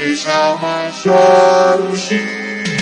Djalma Jorge.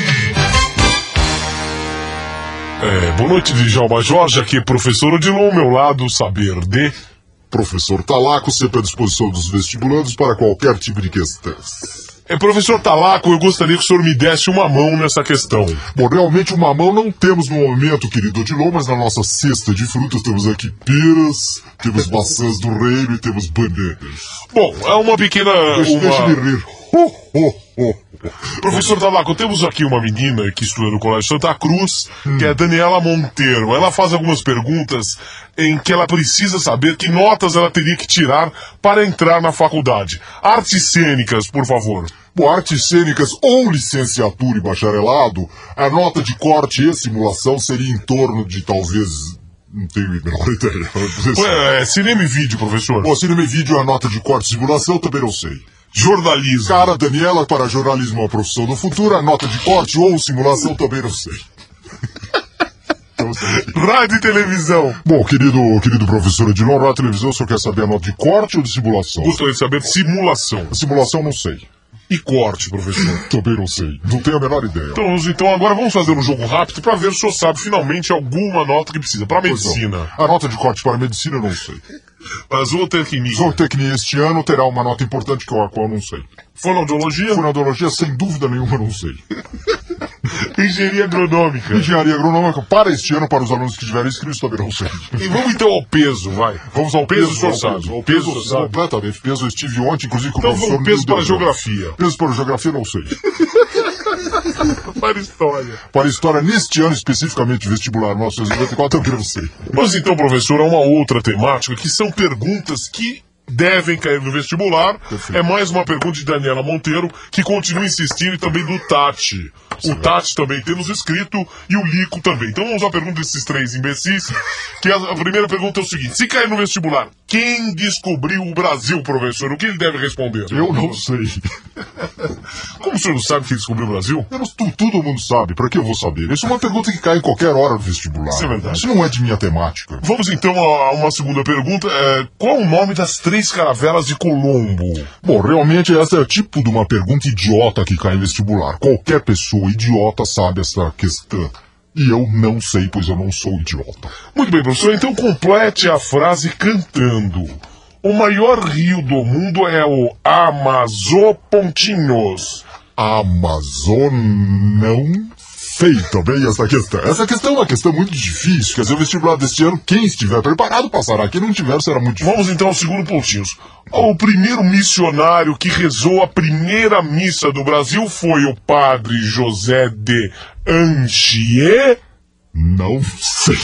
Boa noite, Djalma Jorge, aqui é professor Odilon, ao meu lado, saber de... Professor Talaco, sempre à disposição dos vestibulandos para qualquer tipo de questão. Professor Talaco, eu gostaria que o senhor me desse uma mão nessa questão. Bom, realmente uma mão não temos no momento, querido Odilon, mas na nossa cesta de frutas temos aqui peras, temos maçãs do reino e temos bananas. Bom, é uma pequena... Deixe-me rir. Professor Talaco, temos aqui uma menina que estuda no Colégio Santa Cruz, que é a Daniela Monteiro. Ela faz algumas perguntas em que ela precisa saber que notas ela teria que tirar para entrar na faculdade. Artes cênicas, por favor. Bom, artes cênicas ou licenciatura e bacharelado, a nota de corte e simulação seria em torno de talvez... Não tenho a menor ideia. Cinema e vídeo, professor. Bom, cinema e vídeo, a nota de corte e simulação também não sei. Jornalismo. Cara, Daniela, para jornalismo é uma profissão do futuro, a nota de corte ou simulação também não sei. Rádio e televisão. Bom, querido professor Odilon, rádio e televisão, o senhor quer saber a nota de corte ou de simulação? Gostaria de saber simulação. A simulação não sei. E corte, professor? Também não sei. Não tenho a menor ideia. Então agora vamos fazer um jogo rápido para ver se o senhor sabe finalmente alguma nota que precisa. Para medicina. A nota de corte para medicina eu não sei. Para zootecnia. Zootecnia este ano terá uma nota importante que a qual eu não sei. Fonoaudiologia? Fonoaudiologia, sem dúvida nenhuma, eu não sei. Engenharia agronômica. Engenharia agronômica, para este ano, para os alunos que tiverem inscritos, também não sei. E vamos então ao peso, vai. Vamos ao peso, o senhor sabe. O peso, completamente. Peso, eu estive ontem, inclusive, com o então professor... Então vamos peso para geografia. Peso para geografia, não sei. Para história. Para história, neste ano especificamente, vestibular 1994, eu não sei. Mas então, professor, há uma outra temática, que são perguntas que devem cair no vestibular. Perfeito. É mais uma pergunta de Daniela Monteiro, que continua insistindo, e também do Tati. O Tati também temos escrito, e o Lico também. Então vamos à pergunta desses três imbecis, que a primeira pergunta é o seguinte: se cair no vestibular, quem descobriu o Brasil, professor? O que ele deve responder? Eu não sei. Como o senhor não sabe quem descobriu o Brasil? Todo mundo sabe, para que eu vou saber? Isso é uma pergunta que cai em qualquer hora do vestibular. Isso é verdade. Isso não é de minha temática. Vamos então a uma segunda pergunta. Qual o nome das três caravelas de Colombo? Bom, realmente essa é o tipo de uma pergunta idiota que cai em vestibular. Qualquer pessoa idiota sabe essa questão. E eu não sei, pois eu não sou idiota. Muito bem, professor. Então complete a frase cantando. O maior rio do mundo é o Amazopontinhos. Amazon não sei também essa questão. Essa questão é uma questão muito difícil. Quer dizer, o vestibular deste ano, quem estiver preparado passará. Quem não tiver, será muito difícil. Vamos então ao segundo pontinhos. O primeiro missionário que rezou a primeira missa do Brasil foi o padre José de Anchieta? Não sei.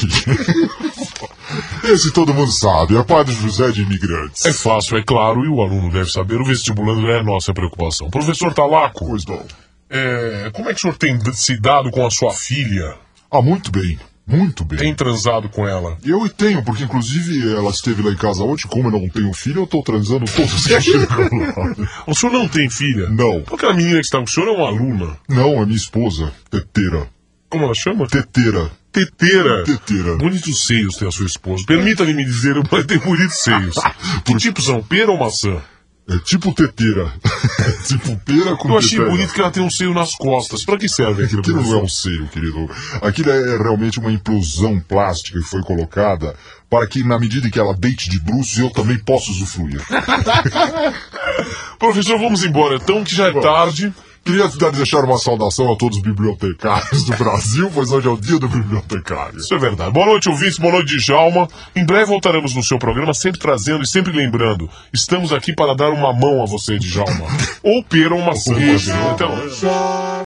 Esse todo mundo sabe, é Padre José de Imigrantes. É fácil, é claro, e o aluno deve saber, o vestibulando é a nossa preocupação. Professor Talaco, pois não. Como é que o senhor tem se dado com a sua filha? Muito bem, muito bem. Tem transado com ela? Eu tenho, porque inclusive ela esteve lá em casa ontem, como eu não tenho filha, eu estou transando todos os dias. O senhor não tem filha? Não. Aquela menina que está com o senhor é uma aluna? Não, é minha esposa, Teteira. Como ela chama? Teteira. Teteira. Teteira. Bonitos seios tem a sua esposa. Permita-me me dizer, mas tem bonitos seios. Que tipo são? Pera ou maçã? É tipo teteira. Tipo pera com Eu achei teteira. bonito que ela tem um seio nas costas. Pra que serve aquilo? Aquilo não é um seio, querido. Aquilo é realmente uma implosão plástica que foi colocada para que, na medida em que ela deite de bruços, eu também possa usufruir. Professor, vamos embora então, que já é tarde. Queria deixar uma saudação a todos os bibliotecários do Brasil, pois hoje é o dia do bibliotecário. Isso é verdade. Boa noite, ouvintes. Boa noite, Djalma. Em breve voltaremos no seu programa, sempre trazendo e sempre lembrando. Estamos aqui para dar uma mão a você, Djalma. Ou pera ou maçã. Então...